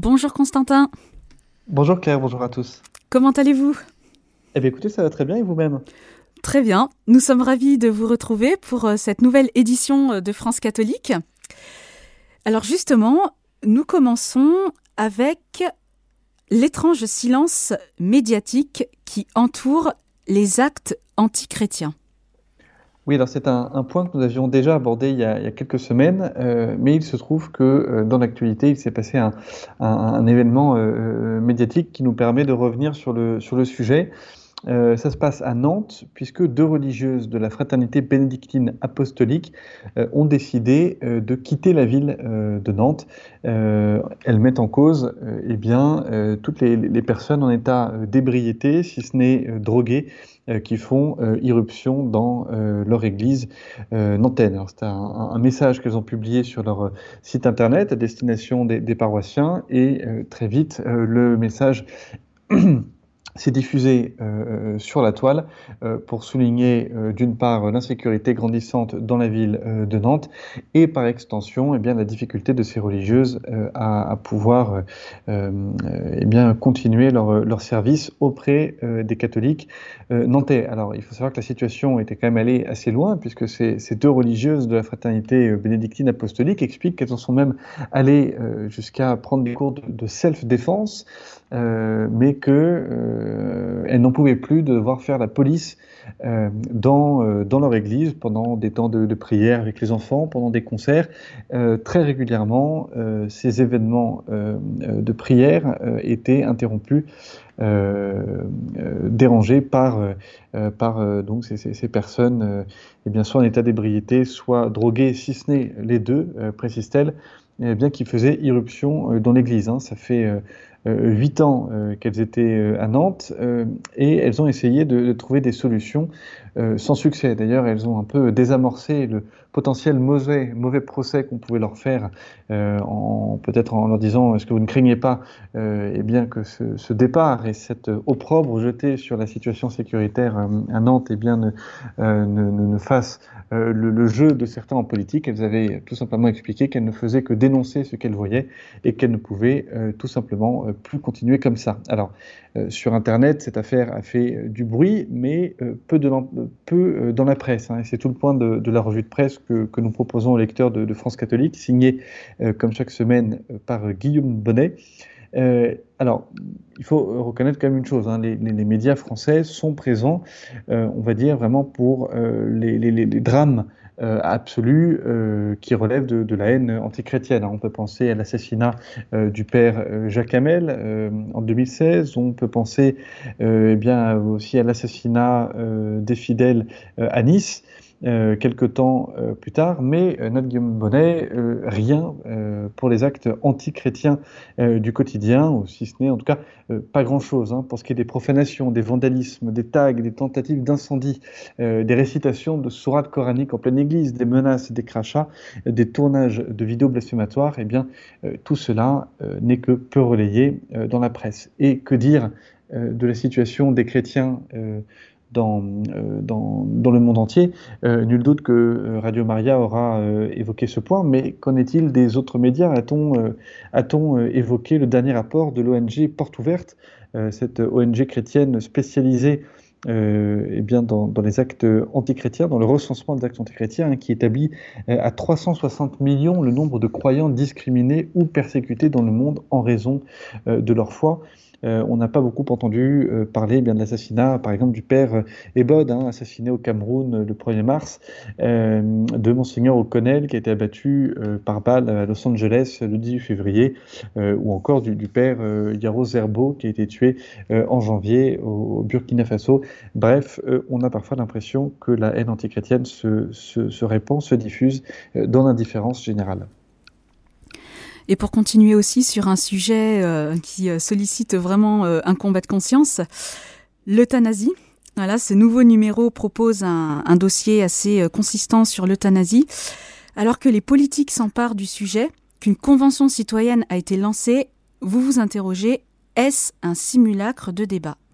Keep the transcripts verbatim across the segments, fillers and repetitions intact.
Bonjour Constantin, Bonjour Claire, bonjour à tous. comment allez-vous? Eh bien écoutez, ça va très bien et vous-même? Très bien, nous sommes ravis de vous retrouver pour euh, cette nouvelle édition euh, de France catholique. Alors justement, nous commençons avec l'étrange silence médiatique qui entoure les actes antichrétiens. Oui, alors c'est un, un point que nous avions déjà abordé il y a, il y a quelques semaines, euh, mais il se trouve que euh, dans l'actualité, il s'est passé un, un- un événement euh, médiatique qui nous permet de revenir sur le, sur le sujet. Euh, ça se passe à Nantes, puisque deux religieuses de la fraternité bénédictine apostolique euh, ont décidé euh, de quitter la ville euh, de Nantes. Euh, elles mettent en cause euh, eh bien, euh, toutes les, les personnes en état euh, d'ébriété, si ce n'est euh, droguées, euh, qui font euh, irruption dans euh, leur église euh, nantaine. Alors, c'est un, un message qu'elles ont publié sur leur euh, site internet à destination des, des paroissiens, et euh, très vite, euh, le message s'est diffusé euh, sur la toile euh, pour souligner euh, d'une part l'insécurité grandissante dans la ville euh, de Nantes et par extension eh bien, la difficulté de ces religieuses euh, à, à pouvoir euh, euh, eh bien, continuer leur, leur service auprès euh, des catholiques euh, nantais. Alors il faut savoir que la situation était quand même allée assez loin puisque ces, ces deux religieuses de la fraternité euh, bénédictine apostolique expliquent qu'elles en sont même allées euh, jusqu'à prendre des cours de, de self-défense, euh, mais que euh, elles n'en pouvaient plus de devoir faire la police euh, dans, euh, dans leur église pendant des temps de, de prière avec les enfants, pendant des concerts. Euh, très régulièrement, euh, ces événements euh, de prière euh, étaient interrompus, euh, euh, dérangés par, euh, par euh, donc ces, ces, ces personnes, euh, et bien soit en état d'ébriété, soit droguées, si ce n'est les deux, euh, précise-t-elle, eh bien qui faisaient irruption euh, dans l'église. Hein. Ça fait euh, euh, huit ans euh, qu'elles étaient euh, à Nantes euh, et elles ont essayé de, de trouver des solutions euh, sans succès. D'ailleurs, elles ont un peu désamorcé le potentiel mauvais, mauvais procès qu'on pouvait leur faire, euh, en, peut-être en leur disant est-ce que vous ne craignez pas euh, eh bien, que ce, ce départ et cette opprobre jetée sur la situation sécuritaire euh, à Nantes eh bien, ne, euh, ne, ne, ne fasse euh, le, le jeu de certains en politique. Elles avaient tout simplement expliqué qu'elles ne faisaient que dénoncer ce qu'elles voyaient et qu'elles ne pouvaient euh, tout simplement euh, plus continuer comme ça. Alors, euh, sur Internet, cette affaire a fait euh, du bruit, mais euh, peu, de peu euh, dans la presse. Hein, et c'est tout le point de, de la revue de presse que, que nous proposons aux lecteurs de, de France catholique, signée euh, comme chaque semaine euh, par euh, Guillaume Bonnet. Euh, alors, il faut reconnaître quand même une chose, hein, les, les, les médias français sont présents, euh, on va dire, vraiment pour euh, les, les, les drames euh, absolus euh, qui relèvent de, de la haine antichrétienne. Hein. On peut penser à l'assassinat euh, du père euh, Jacques Hamel euh, en deux mille seize, on peut penser euh, eh bien, aussi à l'assassinat euh, des fidèles euh, à Nice. Euh, quelque temps euh, plus tard, mais euh, notre Guillaume Bonnet, euh, rien euh, pour les actes antichrétiens euh, du quotidien, ou si ce n'est en tout cas euh, pas grand-chose. Hein, pour ce qui est des profanations, des vandalismes, des tags, des tentatives d'incendie, euh, des récitations de sourates coraniques en pleine église, des menaces, des crachats, euh, des tournages de vidéos blasphématoires, eh bien euh, tout cela euh, n'est que peu relayé euh, dans la presse. Et que dire euh, de la situation des chrétiens euh, dans, euh, dans, dans le monde entier. Euh, nul doute que euh, Radio Maria aura euh, évoqué ce point, mais qu'en est-il des autres médias? A-t-on euh, a-t-on euh, évoqué le dernier rapport de l'O N G Porte Ouverte, euh, cette O N G chrétienne spécialisée euh, eh bien dans, dans les actes antichrétiens, dans le recensement des actes antichrétiens, hein, qui établit euh, à trois cent soixante millions le nombre de croyants discriminés ou persécutés dans le monde en raison euh, de leur foi. Euh, on n'a pas beaucoup entendu euh, parler eh bien, de l'assassinat, par exemple, du père euh, Ebod, hein, assassiné au Cameroun euh, le premier mars, euh, de Monseigneur O'Connell, qui a été abattu euh, par balle à Los Angeles le dix-huit février, euh, ou encore du, du père euh, Yaro Zerbo, qui a été tué euh, en janvier au, au Burkina Faso. Bref, euh, on a parfois l'impression que la haine antichrétienne se, se, se répand, se diffuse euh, dans l'indifférence générale. Et pour continuer aussi sur un sujet euh, qui euh, sollicite vraiment euh, un combat de conscience, l'euthanasie. Voilà, ce nouveau numéro propose un, un dossier assez euh, consistant sur l'euthanasie. Alors que les politiques s'emparent du sujet, qu'une convention citoyenne a été lancée, vous vous interrogez, est-ce un simulacre de débat ?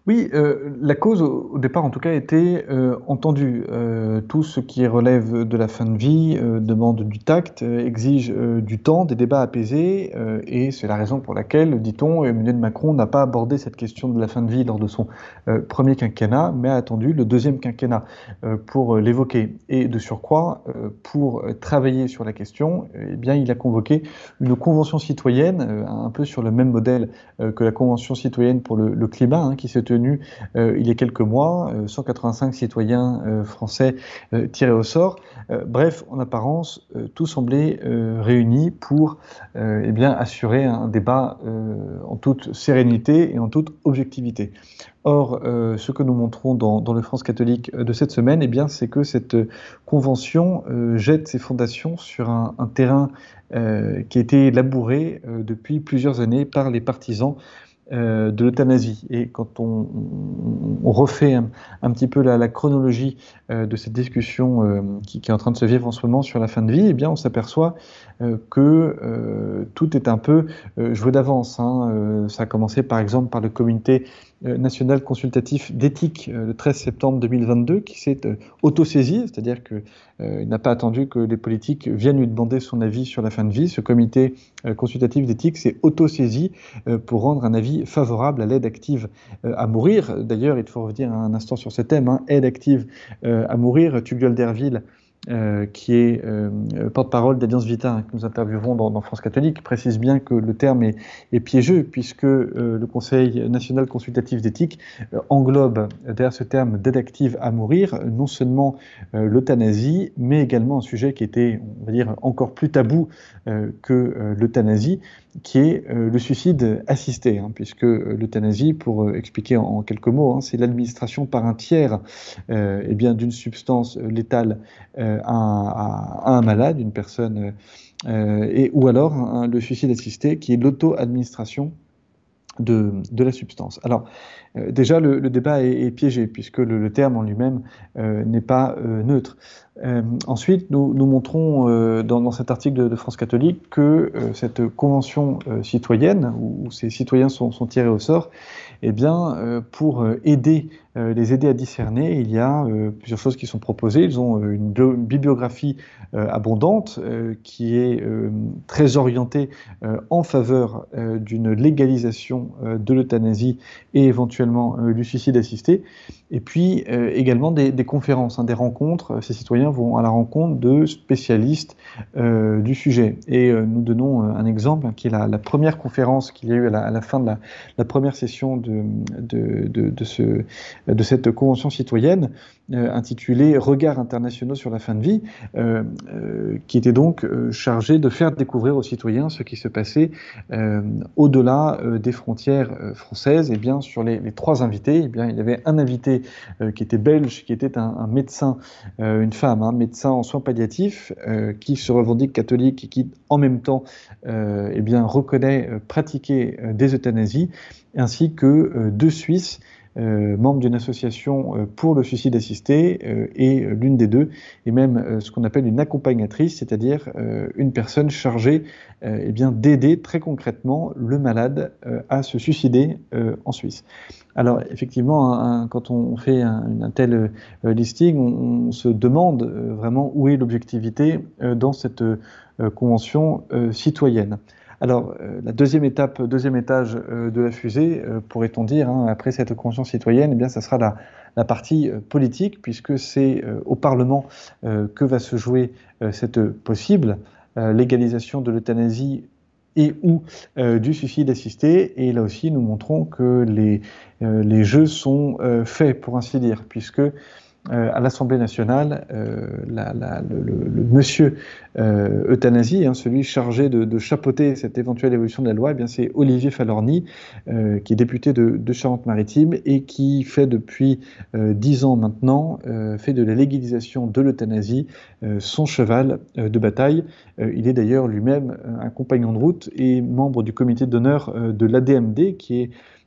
Oui, euh, la cause au, au départ en tout cas était euh, entendue. Euh, tout ce qui relève de la fin de vie euh, demande du tact, euh, exige euh, du temps, des débats apaisés, euh, et c'est la raison pour laquelle, dit-on, Emmanuel Macron n'a pas abordé cette question de la fin de vie lors de son euh, premier quinquennat, mais a attendu le deuxième quinquennat euh, pour euh, l'évoquer. Et de surcroît, euh, pour euh, travailler sur la question, euh, eh bien, il a convoqué une convention citoyenne, euh, un peu sur le même modèle euh, que la convention citoyenne pour le, le climat, hein, qui s'est tenue Euh, il y a quelques mois, euh, cent quatre-vingt-cinq citoyens euh, français euh, tirés au sort. Euh, bref, en apparence, euh, tout semblait euh, réuni pour euh, eh bien, assurer un débat euh, en toute sérénité et en toute objectivité. Or, euh, ce que nous montrons dans, dans le France catholique de cette semaine, eh bien, c'est que cette convention euh, jette ses fondations sur un, un terrain euh, qui a été labouré euh, depuis plusieurs années par les partisans euh, de l'euthanasie. Et quand on, on, on refait un, un, petit peu la, la chronologie euh, de cette discussion euh, qui, qui est en train de se vivre en ce moment sur la fin de vie, eh bien, on s'aperçoit euh, que euh, tout est un peu euh, joué d'avance. Hein. Euh, ça a commencé par exemple par le comité euh, national consultatif d'éthique euh, le treize septembre deux mille vingt-deux qui s'est euh, autosaisi, c'est-à-dire qu'il euh, n'a pas attendu que les politiques viennent lui demander son avis sur la fin de vie. Ce comité euh, consultatif d'éthique s'est autosaisi euh, pour rendre un avis favorable à l'aide active euh, à mourir. D'ailleurs, il faut revenir un instant sur ce thème, hein, aide active euh, à mourir. Tugdual Derville, Euh, qui est euh, porte-parole d'Alliance Vita, hein, que nous interviewerons dans, dans France catholique, précise bien que le terme est, est piégeux, puisque euh, le Conseil national consultatif d'éthique euh, englobe derrière ce terme d'aide active à mourir non seulement euh, l'euthanasie, mais également un sujet qui était, on va dire, encore plus tabou euh, que euh, l'euthanasie, qui est euh, le suicide assisté, hein, puisque euh, l'euthanasie, pour euh, expliquer en, en quelques mots, hein, c'est l'administration par un tiers euh, eh bien, d'une substance létale euh, à, à, à un malade, une personne, euh, et, ou alors hein, le suicide assisté, qui est l'auto-administration de, de la substance. Alors, euh, déjà, le, le débat est, est piégé, puisque le, le terme en lui-même euh, n'est pas euh, neutre. Euh, ensuite, nous, nous montrons euh, dans, dans cet article de, de France catholique que euh, cette convention euh, citoyenne, où, où ces citoyens sont, sont tirés au sort, eh bien, euh, pour aider, euh, les aider à discerner, il y a euh, plusieurs choses qui sont proposées. Ils ont euh, une, bio, une bibliographie euh, abondante euh, qui est euh, très orientée euh, en faveur euh, d'une légalisation euh, de l'euthanasie et éventuellement euh, du suicide assisté. Et puis euh, également des, des conférences, hein, des rencontres. Ces citoyens vont à la rencontre de spécialistes euh, du sujet. Et euh, nous donnons euh, un exemple, hein, qui est la, la première conférence qu'il y a eu à la, à la fin de la, la première session de, de, de, de, ce, de cette convention citoyenne, euh, intitulée « Regards internationaux sur la fin de vie euh, », euh, qui était donc euh, chargée de faire découvrir aux citoyens ce qui se passait euh, au-delà euh, des frontières euh, françaises. Et bien, sur les, les trois invités, eh bien, il y avait un invité euh, qui était belge, qui était un, un médecin, euh, une femme, un hein, médecin en soins palliatifs, euh, qui se revendique catholique et qui, en même temps, euh, eh bien, reconnaît euh, pratiquer euh, des euthanasies, ainsi que euh, deux Suisses, Euh, membre d'une association euh, pour le suicide assisté, euh, et euh, l'une des deux est même euh, ce qu'on appelle une accompagnatrice, c'est-à-dire euh, une personne chargée euh, eh bien, d'aider très concrètement le malade euh, à se suicider euh, en Suisse. Alors effectivement, un, un, quand on fait un, un tel euh, listing, on, on se demande euh, vraiment où est l'objectivité euh, dans cette euh, convention euh, citoyenne. Alors, euh, la deuxième étape, deuxième étage euh, de la fusée, euh, pourrait-on dire, hein, après cette convention citoyenne, eh bien, ça sera la, la partie euh, politique, puisque c'est euh, au Parlement euh, que va se jouer euh, cette possible euh, légalisation de l'euthanasie et ou euh, du suicide assisté. Et là aussi, nous montrons que les, euh, les jeux sont euh, faits, pour ainsi dire, puisque Euh, à l'Assemblée nationale, euh, la, la, le, le, le monsieur euh, euthanasie, hein, celui chargé de, de chapeauter cette éventuelle évolution de la loi, eh bien c'est Olivier Falorni, euh, qui est député de, de Charente-Maritime et qui fait depuis euh, dix ans maintenant, euh, fait de la légalisation de l'euthanasie euh, son cheval euh, de bataille. Euh, il est d'ailleurs lui-même un compagnon de route et membre du comité d'honneur euh, de l'A D M D, qui est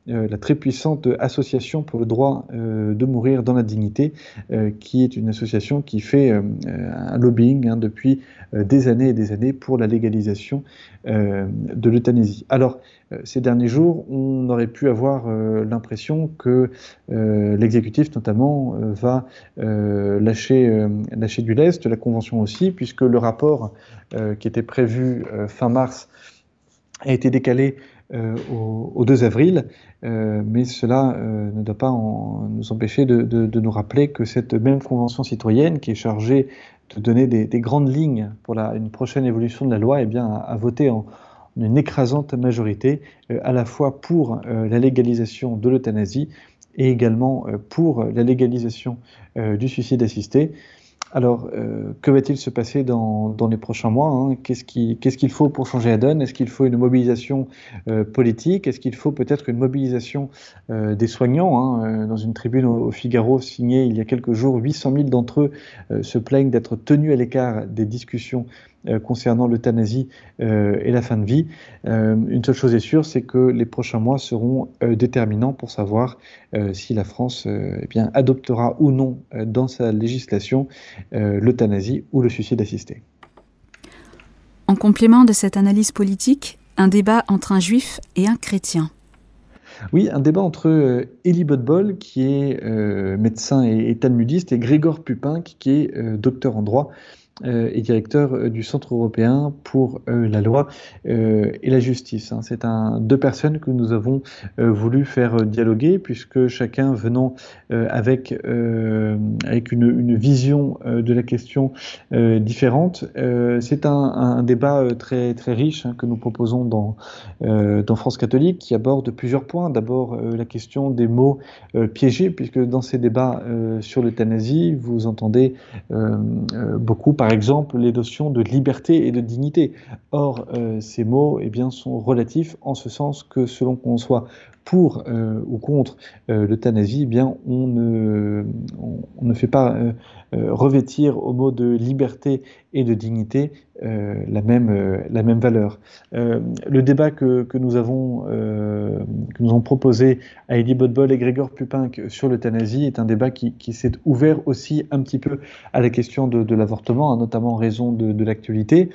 euh, la très puissante association pour le droit euh, de mourir dans la dignité, euh, qui est une association qui fait euh, un lobbying hein, depuis euh, des années et des années pour la légalisation euh, de l'euthanasie. Alors, euh, ces derniers jours, on aurait pu avoir euh, l'impression que euh, l'exécutif, notamment, euh, va euh, lâcher, euh, lâcher du lest, la Convention aussi, puisque le rapport euh, qui était prévu euh, fin mars a été décalé euh, au, au deux avril, euh, mais cela euh, ne doit pas en, nous empêcher de, de, de nous rappeler que cette même Convention citoyenne, qui est chargée de donner des, des grandes lignes pour la, une prochaine évolution de la loi, eh bien, a, a voté en une écrasante majorité, euh, à la fois pour euh, la légalisation de l'euthanasie et également euh, pour la légalisation euh, du suicide assisté. Alors, euh, que va-t-il se passer dans, dans les prochains mois hein Qu'est-ce qui, qu'est-ce qu'il faut pour changer la donne? Est-ce qu'il faut une mobilisation euh, politique? Est-ce qu'il faut peut-être une mobilisation euh, des soignants hein Dans une tribune au, au Figaro signée il y a quelques jours, huit cent mille d'entre eux euh, se plaignent d'être tenus à l'écart des discussions euh, concernant l'euthanasie euh, et la fin de vie. Euh, une seule chose est sûre, c'est que les prochains mois seront euh, déterminants pour savoir euh, si la France euh, eh bien, adoptera ou non euh, dans sa législation euh, l'euthanasie ou le suicide assisté. En complément de cette analyse politique, un débat entre un juif et un chrétien. Oui, un débat entre euh, Elie Bodbol, qui est euh, médecin et, et talmudiste, et Grégor Pupin, qui est euh, docteur en droit euh, et directeur euh, du Centre européen pour euh, la loi euh, et la justice. Hein. C'est un, deux personnes que nous avons euh, voulu faire euh, dialoguer, puisque chacun venant euh, avec, euh, avec une, une vision euh, de la question euh, différente. Euh, c'est un, un débat euh, très, très riche hein, que nous proposons dans, euh, dans France catholique, qui aborde plusieurs points. D'abord, euh, la question des mots euh, piégés, puisque dans ces débats euh, sur l'euthanasie, vous entendez euh, euh, beaucoup, par exemple, les notions de liberté et de dignité. Or, euh, ces mots eh bien, sont relatifs en ce sens que selon qu'on soit pour euh, ou contre euh, l'euthanasie, eh bien, on ne, on, on ne fait pas euh, euh, revêtir au mot de liberté et de dignité euh, la, même, euh, la même valeur. Euh, le débat que, que, nous avons, euh, que nous avons proposé à Elie Bodbol et Grégor Pupin sur l'euthanasie est un débat qui, qui s'est ouvert aussi un petit peu à la question de, de l'avortement, hein, notamment en raison de, de l'actualité,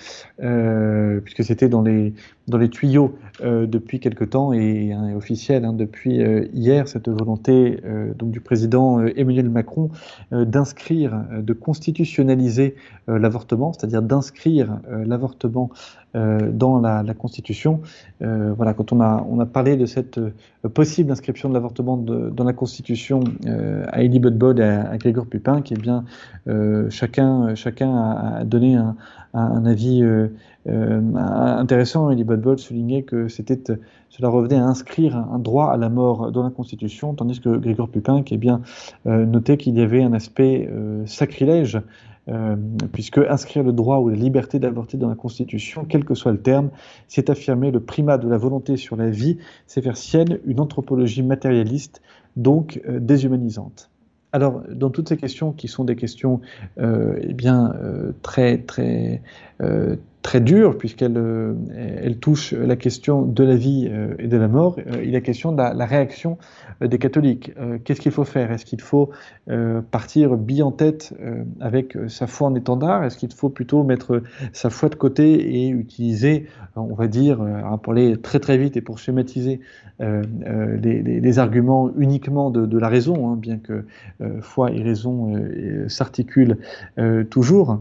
euh, puisque c'était dans les, dans les tuyaux euh, depuis quelque temps et hein, officiel hein, depuis euh, hier, cette volonté euh, donc, du président euh, Emmanuel Macron euh, d'inscrire, euh, de constitutionnaliser euh, l'avortement, c'est-à-dire d'inscrire euh, l'avortement euh, dans la, la Constitution. Euh, voilà, quand on a, on a parlé de cette euh, possible inscription de l'avortement de, dans la Constitution euh, à Elie Bodbol et à, à Grégor Pupin, qui est bien euh, chacun, chacun a, a donné un, un avis euh, euh, intéressant. Elie Bodbol soulignait que c'était, cela revenait à inscrire un droit à la mort dans la Constitution, tandis que Grégor Pupin, qui est bien euh, noté qu'il y avait un aspect euh, sacrilège, euh, puisque inscrire le droit ou la liberté d'avorter dans la Constitution, quel que soit le terme, c'est affirmer le primat de la volonté sur la vie, c'est faire sienne une anthropologie matérialiste, donc euh, déshumanisante. Alors, dans toutes ces questions qui sont des questions euh, eh bien, euh, très, très, euh, très dures, puisqu'elles euh, elles touchent la question de la vie euh, et de la mort, euh, il est question de la, la réaction euh, des catholiques. Euh, qu'est-ce qu'il faut faire? Est-ce qu'il faut euh, partir bille en tête euh, avec sa foi en étendard? Est-ce qu'il faut plutôt mettre sa foi de côté et utiliser, on va dire, euh, pour aller très très vite et pour schématiser euh, euh, les, les, les arguments uniquement de, de la raison, hein, bien que Euh, foi et raison euh, s'articulent euh, toujours.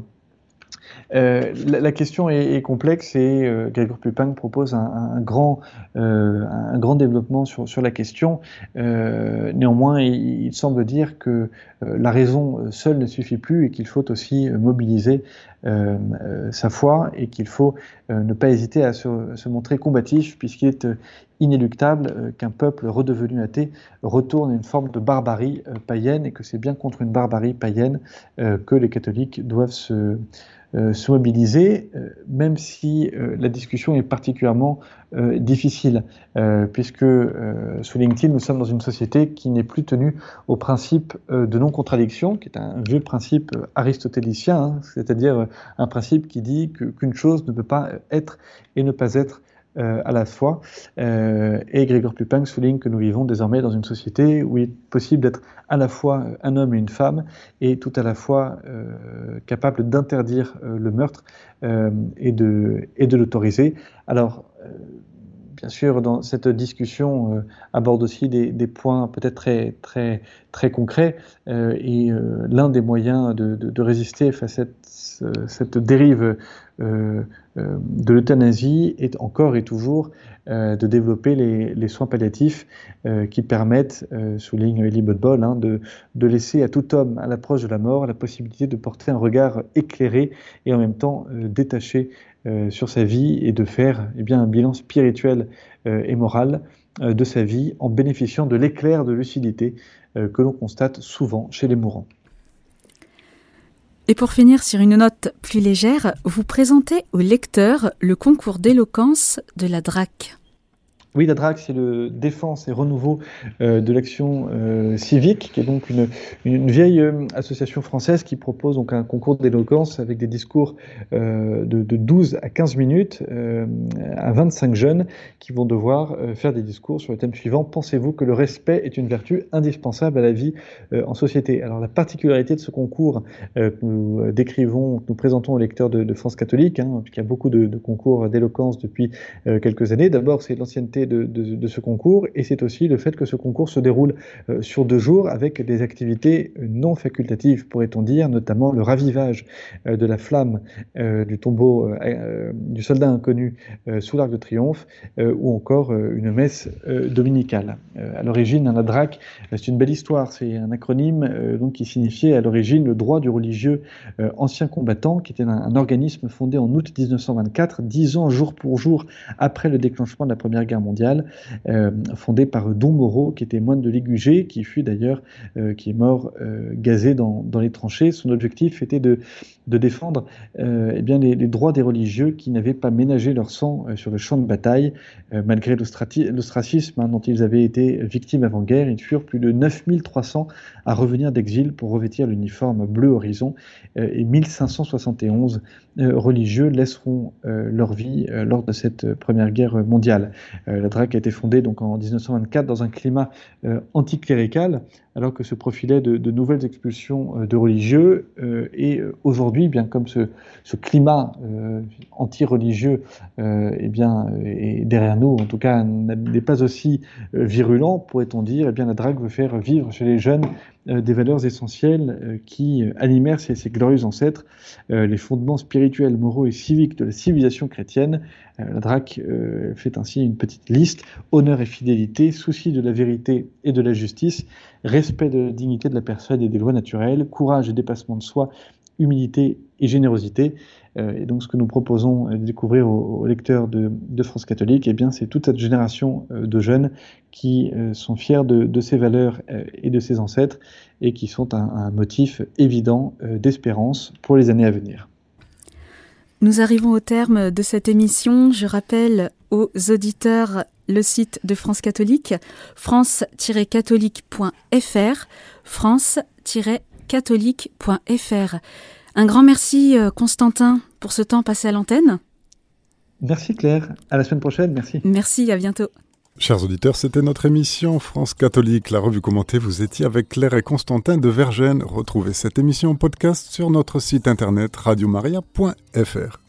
Euh, la, la question est, est complexe et euh, Grégor Pupin propose un, un, grand, euh, un grand développement sur, sur la question. Euh, néanmoins, il, il semble dire que euh, la raison seule ne suffit plus et qu'il faut aussi mobiliser euh, euh, sa foi et qu'il faut euh, ne pas hésiter à se, à se montrer combatif puisqu'il est euh, inéluctable euh, qu'un peuple redevenu athée retourne à une forme de barbarie euh, païenne et que c'est bien contre une barbarie païenne euh, que les catholiques doivent se Euh, se mobiliser, euh, même si euh, la discussion est particulièrement euh, difficile, euh, puisque, euh, souligne-t-il, nous sommes dans une société qui n'est plus tenue au principe euh, de non-contradiction, qui est un vieux principe euh, aristotélicien, hein, c'est-à-dire euh, un principe qui dit que, qu'une chose ne peut pas être et ne pas être euh, à la fois. Euh, et Grégoire Pupin souligne que nous vivons désormais dans une société où il est possible d'être à la fois un homme et une femme, et tout à la fois euh, capable d'interdire euh, le meurtre euh, et de, et de l'autoriser. Alors, euh, bien sûr, dans cette discussion, euh, aborde aussi des, des points peut-être très, très, très concrets. Euh, et euh, l'un des moyens de, de, de résister face à cette, cette dérive euh, euh, de l'euthanasie est encore et toujours euh, de développer les, les soins palliatifs euh, qui permettent, euh, souligne Elie Bodbol, hein, de, de laisser à tout homme à l'approche de la mort la possibilité de porter un regard éclairé et en même temps euh, détaché Euh, sur sa vie et de faire eh bien, un bilan spirituel euh, et moral euh, de sa vie en bénéficiant de l'éclair de lucidité euh, que l'on constate souvent chez les mourants. Et pour finir sur une note plus légère, vous présentez aux lecteurs le concours d'éloquence de la D R A C. Oui, la D R A C, c'est le Défense et Renouveau euh, de l'Action euh, Civique, qui est donc une, une vieille euh, association française qui propose donc un concours d'éloquence avec des discours euh, de, de douze à quinze minutes euh, à vingt-cinq jeunes qui vont devoir euh, faire des discours sur le thème suivant: pensez-vous que le respect est une vertu indispensable à la vie euh, en société? Alors la particularité de ce concours euh, que nous décrivons, que nous présentons aux lecteurs de, de France catholique, hein, puisqu'il y a beaucoup de, de concours d'éloquence depuis euh, quelques années, d'abord c'est l'ancienneté De, de, de ce concours, et c'est aussi le fait que ce concours se déroule euh, sur deux jours avec des activités non facultatives, pourrait-on dire, notamment le ravivage euh, de la flamme euh, du tombeau euh, du soldat inconnu euh, sous l'Arc de Triomphe, euh, ou encore euh, une messe euh, dominicale. Euh, à l'origine, un A D R A C, euh, c'est une belle histoire, c'est un acronyme euh, donc, qui signifiait à l'origine le droit du religieux euh, ancien combattant, qui était un, un organisme fondé en août dix-neuf cent vingt-quatre, dix ans jour pour jour après le déclenchement de la Première Guerre mondiale, Euh, fondé par Don Moreau, qui était moine de Ligugé, qui fut d'ailleurs, euh, qui est mort euh, gazé dans, dans les tranchées. Son objectif était de, de défendre euh, eh bien, les, les droits des religieux qui n'avaient pas ménagé leur sang euh, sur le champ de bataille. Euh, malgré l'ostracisme hein, dont ils avaient été victimes avant-guerre, ils furent plus de neuf mille trois cents à revenir d'exil pour revêtir l'uniforme bleu horizon, euh, et mille cinq cent soixante et onze euh, religieux laisseront euh, leur vie euh, lors de cette première guerre mondiale. Euh, la D R A C a été fondée donc en dix-neuf cent vingt-quatre dans un climat euh, anticlérical, alors que se profilaient de, de nouvelles expulsions euh, de religieux. Euh, et euh, aujourd'hui, bien comme ce, ce climat euh, anti-religieux euh, eh bien, est derrière nous, en tout cas n'est pas aussi euh, virulent, pourrait-on dire, eh bien, la D R A C veut faire vivre chez les jeunes euh, des valeurs essentielles euh, qui animèrent ces, ces glorieux ancêtres, euh, les fondements spirituels, moraux et civiques de la civilisation chrétienne. Euh, la D R A C euh, fait ainsi une petite liste: honneur et fidélité, souci de la vérité et de la justice, respect de la dignité de la personne et des lois naturelles, courage et dépassement de soi, humilité et générosité. Euh, et donc ce que nous proposons de découvrir aux, aux lecteurs de, de France catholique, eh bien, c'est toute cette génération euh, de jeunes qui euh, sont fiers de, de ces valeurs euh, et de ces ancêtres, et qui sont un, un motif évident euh, d'espérance pour les années à venir. Nous arrivons au terme de cette émission. Je rappelle aux auditeurs le site de France catholique, france tiret catholique point f r, france tiret catholique point f r. Un grand merci, Constantin, pour ce temps passé à l'antenne. Merci Claire, à la semaine prochaine, merci. Merci, à bientôt. Chers auditeurs, c'était notre émission France catholique, la revue commentée. Vous étiez avec Claire et Constantin de Vergennes. Retrouvez cette émission en podcast sur notre site internet radio maria point f r.